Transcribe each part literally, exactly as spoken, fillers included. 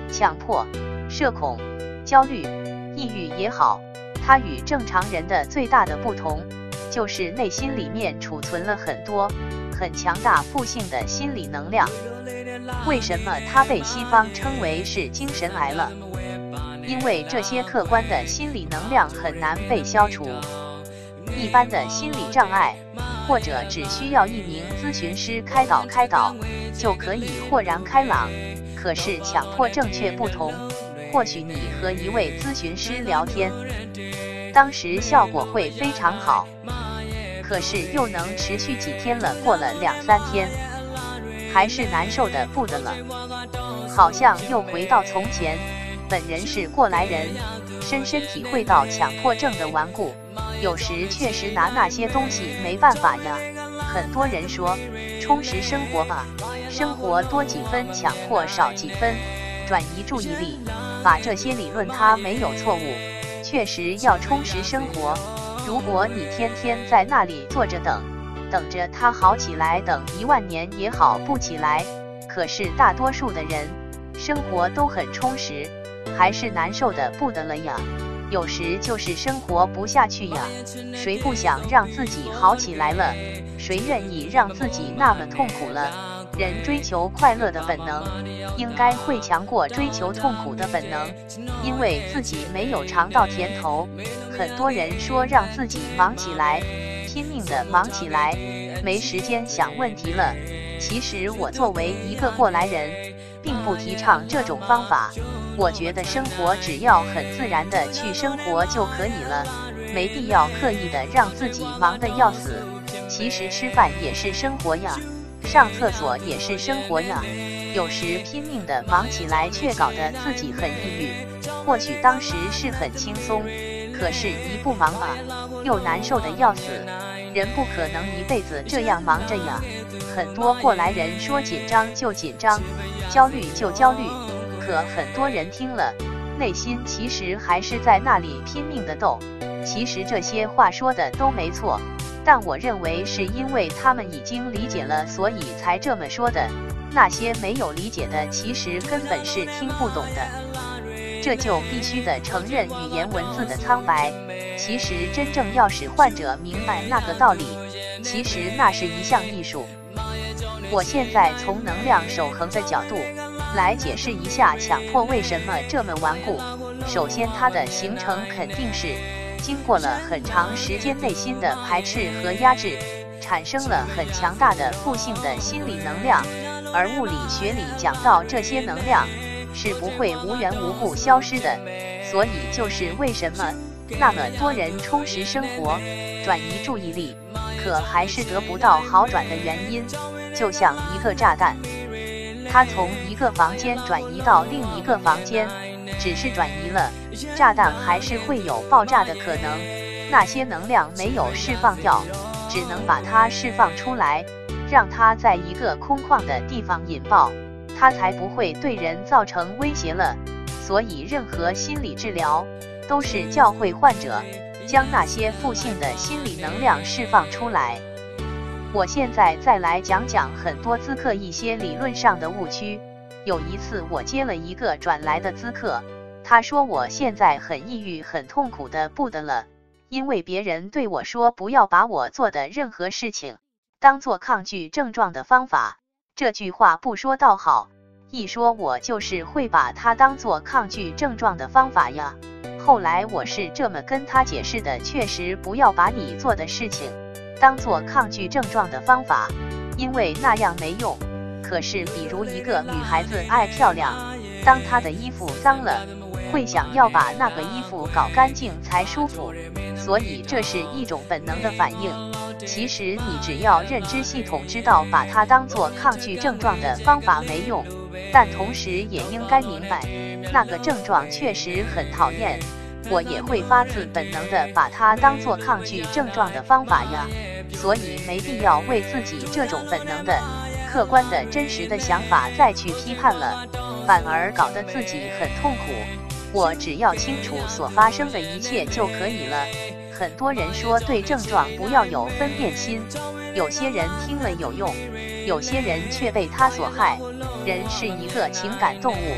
强迫、社恐、焦虑、抑郁也好，它与正常人的最大的不同，就是内心里面储存了很多很强大负性的心理能量。为什么它被西方称为是精神癌了？因为这些客观的心理能量很难被消除。一般的心理障碍，或者只需要一名咨询师开导开导，就可以豁然开朗。可是强迫症却不同，或许你和一位咨询师聊天，当时效果会非常好，可是又能持续几天了，过了两三天，还是难受的不得了，好像又回到从前。本人是过来人，深深体会到强迫症的顽固，有时确实拿那些东西没办法呀。很多人说充实生活吧，生活多几分，强迫少几分，转移注意力，把这些理论它没有错误，确实要充实生活。如果你天天在那里坐着等，等着它好起来，等一万年也好不起来。可是大多数的人生活都很充实，还是难受的不得了呀。有时就是生活不下去呀，谁不想让自己好起来了？谁愿意让自己那么痛苦了？人追求快乐的本能，应该会强过追求痛苦的本能，因为自己没有尝到甜头。很多人说让自己忙起来，拼命的忙起来，没时间想问题了。其实我作为一个过来人，并不提倡这种方法。我觉得生活只要很自然的去生活就可以了，没必要刻意的让自己忙得要死。其实吃饭也是生活呀，上厕所也是生活呀。有时拼命的忙起来，却搞得自己很抑郁。或许当时是很轻松，可是一不忙啊，又难受的要死。人不可能一辈子这样忙着呀。很多过来人说紧张就紧张，焦虑就焦虑，可很多人听了，内心其实还是在那里拼命的斗。其实这些话说的都没错，但我认为是因为他们已经理解了，所以才这么说的。那些没有理解的，其实根本是听不懂的。这就必须得承认语言文字的苍白。其实真正要使患者明白那个道理，其实那是一项艺术。我现在从能量守恒的角度来解释一下强迫为什么这么顽固。首先，它的形成肯定是经过了很长时间内心的排斥和压制，产生了很强大的负性的心理能量。而物理学里讲到，这些能量是不会无缘无故消失的。所以就是为什么那么多人充实生活，转移注意力，可还是得不到好转的原因。就像一个炸弹，它从一个房间转移到另一个房间，只是转移了，炸弹还是会有爆炸的可能。那些能量没有释放掉，只能把它释放出来，让它在一个空旷的地方引爆，它才不会对人造成威胁了。所以任何心理治疗都是教会患者将那些负性的心理能量释放出来。我现在再来讲讲很多咨客一些理论上的误区。有一次我接了一个转来的咨客，他说我现在很抑郁，很痛苦的不得了，因为别人对我说不要把我做的任何事情当做抗拒症状的方法。这句话不说倒好，一说我就是会把它当做抗拒症状的方法呀。后来我是这么跟他解释的，确实不要把你做的事情当做抗拒症状的方法，因为那样没用。可是比如一个女孩子爱漂亮，当她的衣服脏了，会想要把那个衣服搞干净才舒服，所以这是一种本能的反应。其实你只要认知系统知道把它当作抗拒症状的方法没用，但同时也应该明白那个症状确实很讨厌，我也会发自本能的把它当作抗拒症状的方法呀。所以没必要为自己这种本能的客观的真实的想法再去批判了，反而搞得自己很痛苦。我只要清楚所发生的一切就可以了。很多人说对症状不要有分辨心，有些人听了有用，有些人却被他所害。人是一个情感动物，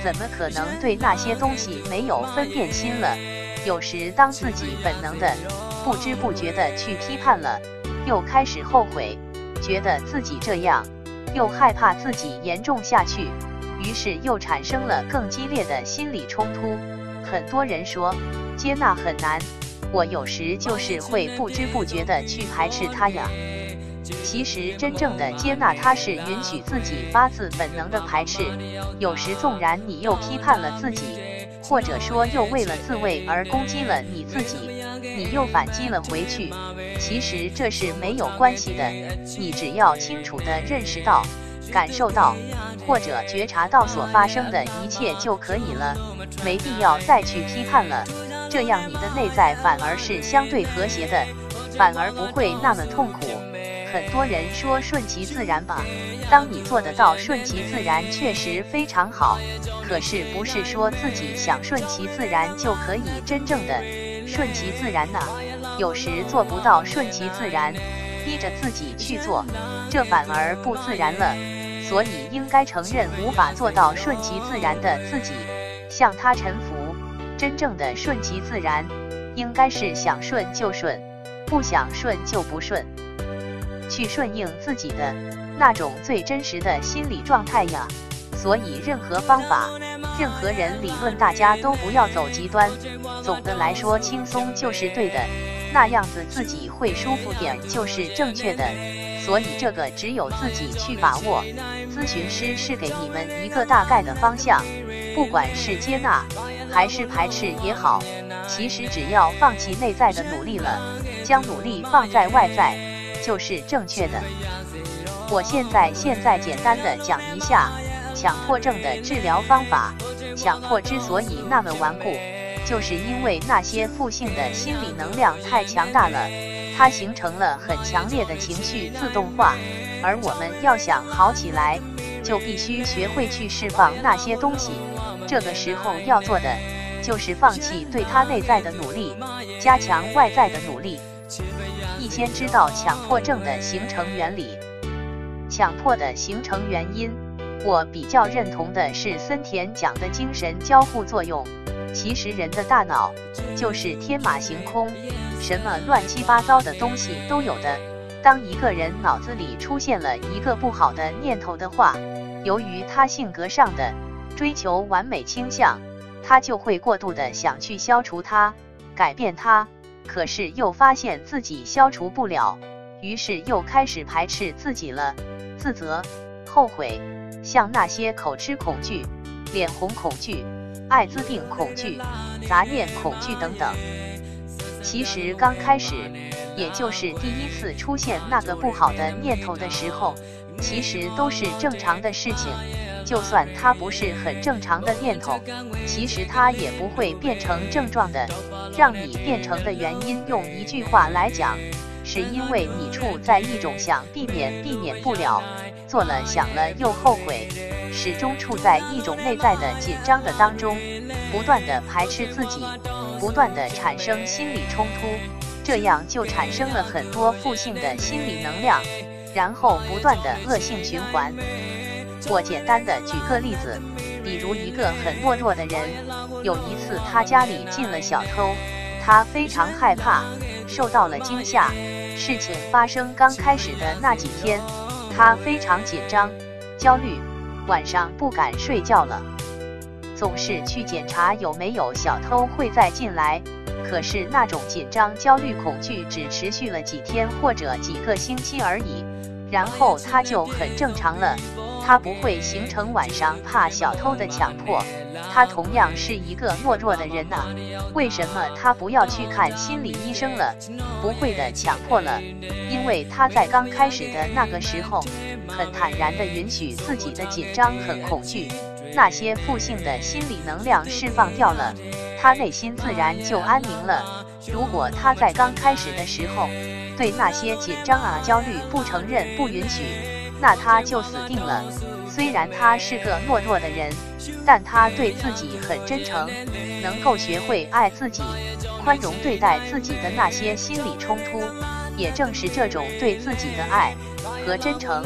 怎么可能对那些东西没有分辨心了？有时当自己本能的、不知不觉的去批判了，又开始后悔，觉得自己这样，又害怕自己严重下去，于是又产生了更激烈的心理冲突。很多人说接纳很难，我有时就是会不知不觉的去排斥它呀。其实真正的接纳它是允许自己发自本能的排斥，有时纵然你又批判了自己，或者说又为了自卫而攻击了你自己，你又反击了回去，其实这是没有关系的，你只要清楚地认识到、感受到或者觉察到所发生的一切就可以了，没必要再去批判了，这样你的内在反而是相对和谐的，反而不会那么痛苦。很多人说顺其自然吧，当你做得到顺其自然确实非常好，可是不是说自己想顺其自然就可以真正的顺其自然呢？有时做不到顺其自然，逼着自己去做，这反而不自然了。所以应该承认无法做到顺其自然的自己，向他臣服。真正的顺其自然，应该是想顺就顺，不想顺就不顺，去顺应自己的那种最真实的心理状态呀。所以任何方法、任何人理论，大家都不要走极端。总的来说，轻松就是对的，那样子自己会舒服点就是正确的。所以这个只有自己去把握。咨询师是给你们一个大概的方向，不管是接纳还是排斥也好，其实只要放弃内在的努力了，将努力放在外在，就是正确的。我现在现在简单的讲一下强迫症的治疗方法。强迫之所以那么顽固，就是因为那些负性的心理能量太强大了，它形成了很强烈的情绪自动化，而我们要想好起来，就必须学会去释放那些东西。这个时候要做的，就是放弃对它内在的努力，加强外在的努力。一先知道强迫症的形成原理。强迫的形成原因，我比较认同的是森田讲的精神交互作用。其实人的大脑就是天马行空，什么乱七八糟的东西都有的。当一个人脑子里出现了一个不好的念头的话，由于他性格上的追求完美倾向，他就会过度的想去消除它、改变它，可是又发现自己消除不了，于是又开始排斥自己了，自责、后悔，像那些口吃恐惧、脸红恐惧、艾滋病恐惧、杂念恐惧等等。其实刚开始，也就是第一次出现那个不好的念头的时候，其实都是正常的事情。就算它不是很正常的念头，其实它也不会变成症状的。让你变成的原因，用一句话来讲，是因为你处在一种想避免避免不了，做了想了又后悔，始终处在一种内在的紧张的当中，不断的排斥自己，不断的产生心理冲突，这样就产生了很多负性的心理能量，然后不断的恶性循环。我简单的举个例子，比如一个很懦弱的人，有一次他家里进了小偷，他非常害怕，受到了惊吓。事情发生刚开始的那几天，他非常紧张、焦虑，晚上不敢睡觉了，总是去检查有没有小偷会再进来。可是那种紧张、焦虑、恐惧只持续了几天或者几个星期而已，然后他就很正常了。他不会形成晚上怕小偷的强迫，他同样是一个懦弱的人啊。为什么他不要去看心理医生了？不会的强迫了，因为他在刚开始的那个时候，很坦然地允许自己的紧张、很恐惧，那些负性的心理能量释放掉了，他内心自然就安宁了。如果他在刚开始的时候，对那些紧张啊、焦虑不承认、不允许，那他就死定了。虽然他是个懦弱的人，但他对自己很真诚，能够学会爱自己，宽容对待自己的那些心理冲突。也正是这种对自己的爱和真诚，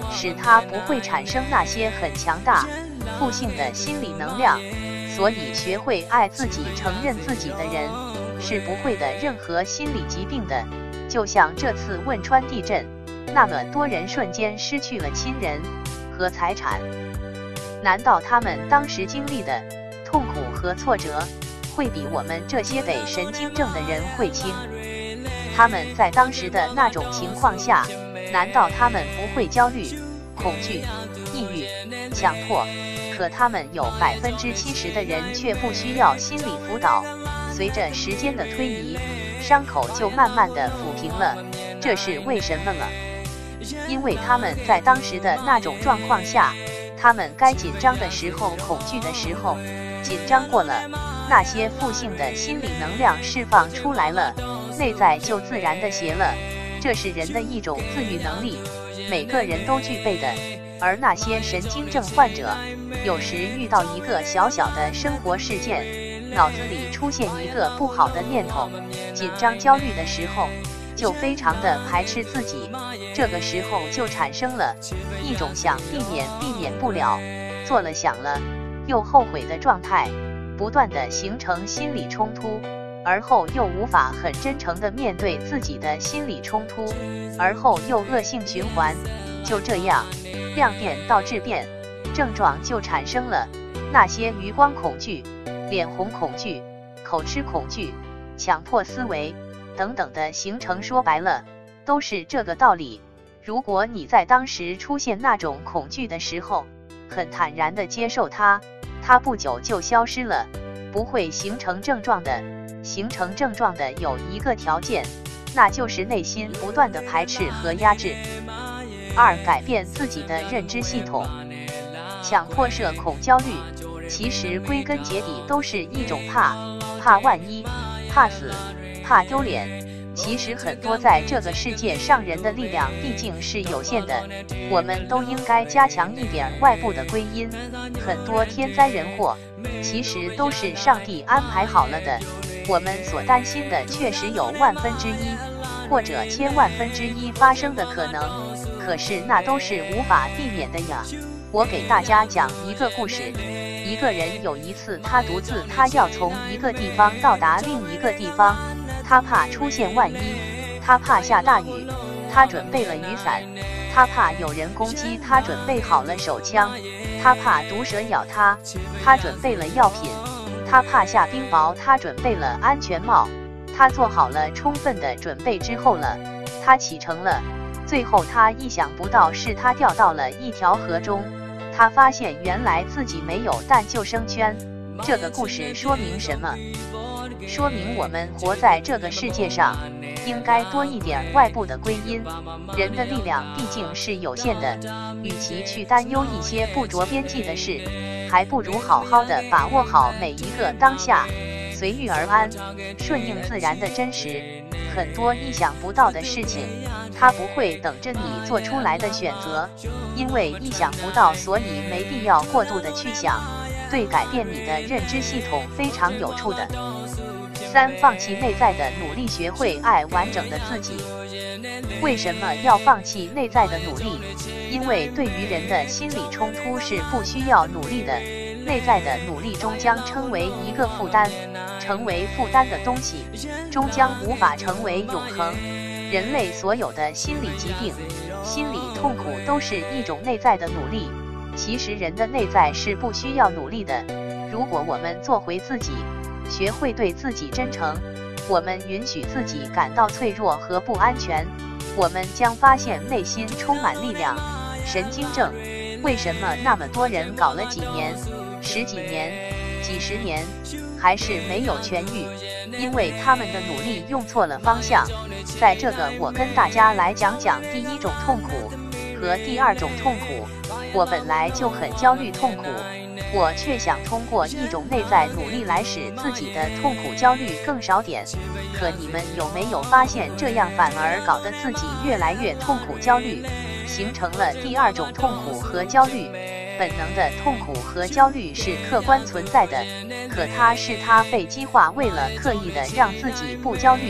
使他不会产生那些很强大、负性的心理能量。所以，学会爱自己、承认自己的人，是不会的任何心理疾病的。就像这次汶川地震，那么多人瞬间失去了亲人和财产，难道他们当时经历的痛苦和挫折，会比我们这些得神经症的人会轻？他们在当时的那种情况下，难道他们不会焦虑、恐惧、抑郁、强迫？可他们有百分之七十的人却不需要心理辅导。随着时间的推移，伤口就慢慢的抚平了。这是为什么了？因为他们在当时的那种状况下，他们该紧张的时候、恐惧的时候，紧张过了，那些负性的心理能量释放出来了，内在就自然的谐了。这是人的一种自愈能力，每个人都具备的。而那些神经症患者，有时遇到一个小小的生活事件，脑子里出现一个不好的念头，紧张焦虑的时候，就非常的排斥自己，这个时候就产生了一种想避免避免不了，做了想了又后悔的状态，不断的形成心理冲突，而后又无法很真诚的面对自己的心理冲突，而后又恶性循环，就这样量变到质变，症状就产生了那些余光恐惧、脸红恐惧、口吃恐惧、强迫思维等等的形成。说白了，都是这个道理。如果你在当时出现那种恐惧的时候，很坦然地接受它，它不久就消失了，不会形成症状的。形成症状的有一个条件，那就是内心不断的排斥和压制。二、改变自己的认知系统。强迫社恐焦虑，其实归根结底都是一种怕，怕万一，怕死，怕丢脸。其实很多在这个世界上，人的力量毕竟是有限的，我们都应该加强一点外部的归因。很多天灾人祸，其实都是上帝安排好了的，我们所担心的确实有万分之一或者千万分之一发生的可能，可是那都是无法避免的呀。我给大家讲一个故事。一个人有一次，他独自他要从一个地方到达另一个地方，他怕出现万一，他怕下大雨，他准备了雨伞，他怕有人攻击，他准备好了手枪，他怕毒蛇咬他，他准备了药品，他怕下冰雹，他准备了安全帽。他做好了充分的准备之后了，他启程了。最后他意想不到是他掉到了一条河中，他发现原来自己没有带救生圈。这个故事说明什么？说明我们活在这个世界上，应该多一点外部的归因。人的力量毕竟是有限的，与其去担忧一些不着边际的事，还不如好好的把握好每一个当下，随遇而安，顺应自然的真实。很多意想不到的事情，它不会等着你做出来的选择，因为意想不到，所以没必要过度的去想，对改变你的认知系统非常有处的。三、放弃内在的努力，学会爱完整的自己。为什么要放弃内在的努力？因为对于人的心理冲突是不需要努力的，内在的努力终将成为一个负担，成为负担的东西，终将无法成为永恒。人类所有的心理疾病、心理痛苦都是一种内在的努力。其实人的内在是不需要努力的。如果我们做回自己，学会对自己真诚，我们允许自己感到脆弱和不安全，我们将发现内心充满力量。神经症为什么那么多人搞了几年、十几年、几十年，还是没有痊愈？因为他们的努力用错了方向。在这个，我跟大家来讲讲第一种痛苦和第二种痛苦。我本来就很焦虑痛苦，我却想通过一种内在努力来使自己的痛苦焦虑更少点。可你们有没有发现，这样反而搞得自己越来越痛苦焦虑，形成了第二种痛苦和焦虑。本能的痛苦和焦虑是客观存在的，可它是它被激化，为了刻意的让自己不焦虑，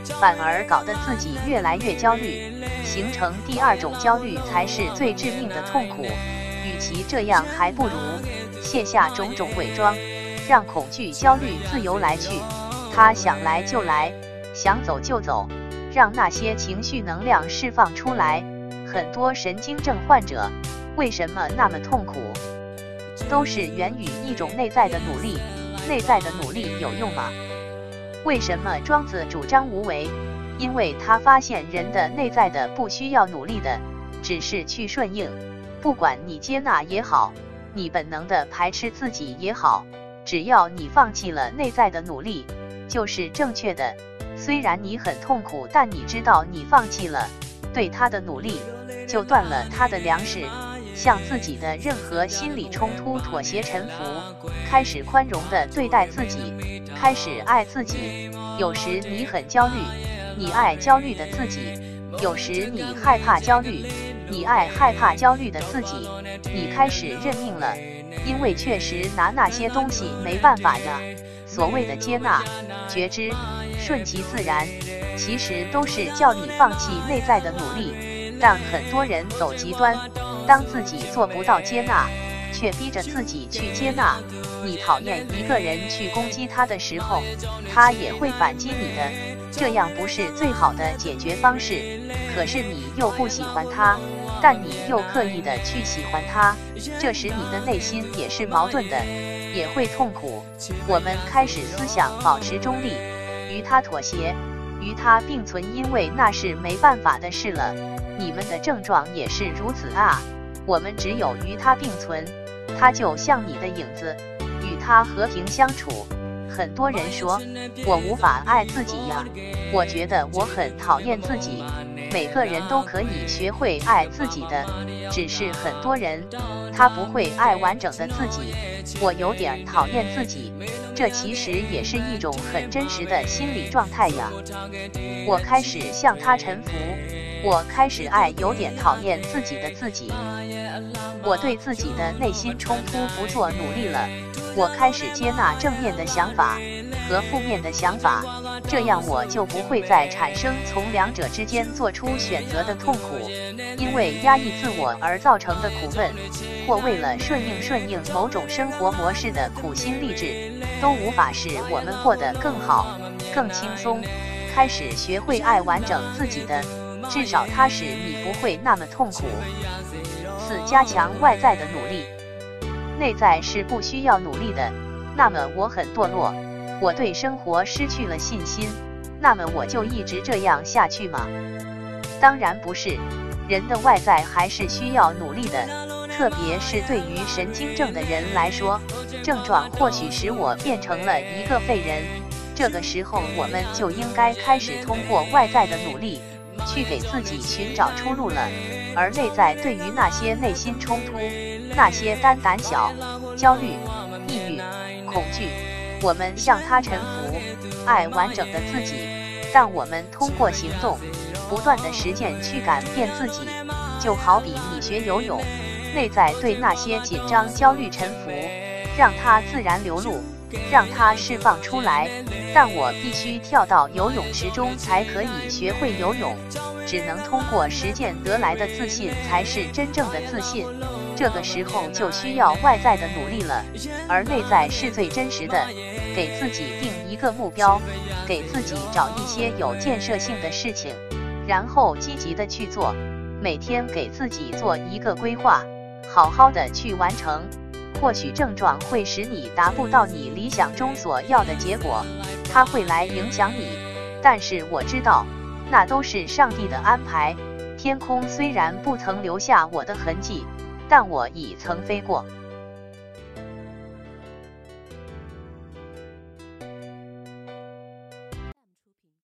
反而搞得自己越来越焦虑，形成第二种焦虑才是最致命的痛苦。与其这样，还不如卸下种种伪装，让恐惧、焦虑自由来去，它想来就来，想走就走，让那些情绪能量释放出来。很多神经症患者为什么那么痛苦，都是源于一种内在的努力。内在的努力有用吗？为什么庄子主张无为？因为他发现人的内在的不需要努力的，只是去顺应。不管你接纳也好，你本能的排斥自己也好，只要你放弃了内在的努力，就是正确的。虽然你很痛苦，但你知道你放弃了对他的努力，就断了他的粮食，向自己的任何心理冲突妥协臣服，开始宽容地对待自己，开始爱自己。有时你很焦虑，你爱焦虑的自己；有时你害怕焦虑，你爱害怕焦虑的自己。你开始认命了，因为确实拿那些东西没办法呀。所谓的接纳、觉知、顺其自然，其实都是叫你放弃内在的努力。但很多人走极端，当自己做不到接纳，却逼着自己去接纳。你讨厌一个人去攻击他的时候，他也会反击你的，这样不是最好的解决方式。可是你又不喜欢他，但你又刻意的去喜欢他，这时你的内心也是矛盾的，也会痛苦。我们开始思想保持中立，与他妥协，与他并存，因为那是没办法的事了。你们的症状也是如此啊！我们只有与他并存，他就像你的影子，与他和平相处。很多人说，我无法爱自己呀，我觉得我很讨厌自己。每个人都可以学会爱自己的，只是很多人他不会爱完整的自己。我有点讨厌自己，这其实也是一种很真实的心理状态呀。我开始向他臣服，我开始爱有点讨厌自己的自己，我对自己的内心冲突不做努力了，我开始接纳正面的想法和负面的想法，这样我就不会再产生从两者之间做出选择的痛苦。因为压抑自我而造成的苦闷，或为了顺应顺应某种生活模式的苦心励志，都无法使我们过得更好、更轻松。开始学会爱完整自己的，至少它使你不会那么痛苦。四、加强外在的努力。内在是不需要努力的，那么我很堕落，我对生活失去了信心，那么我就一直这样下去吗？当然不是，人的外在还是需要努力的，特别是对于神经症的人来说，症状或许使我变成了一个废人，这个时候我们就应该开始通过外在的努力去给自己寻找出路了。而内在对于那些内心冲突，那些单胆小、焦虑、抑郁、恐惧，我们向它臣服，爱完整的自己。但我们通过行动不断的实践去改变自己，就好比你学游泳，内在对那些紧张焦虑臣服，让它自然流露，让它释放出来。但我必须跳到游泳池中才可以学会游泳，只能通过实践得来的自信才是真正的自信。这个时候就需要外在的努力了，而内在是最真实的。给自己定一个目标，给自己找一些有建设性的事情，然后积极的去做，每天给自己做一个规划，好好的去完成。或许症状会使你达不到你理想中所要的结果，它会来影响你，但是我知道那都是上帝的安排。天空虽然不曾留下我的痕迹，但我已曾飞过。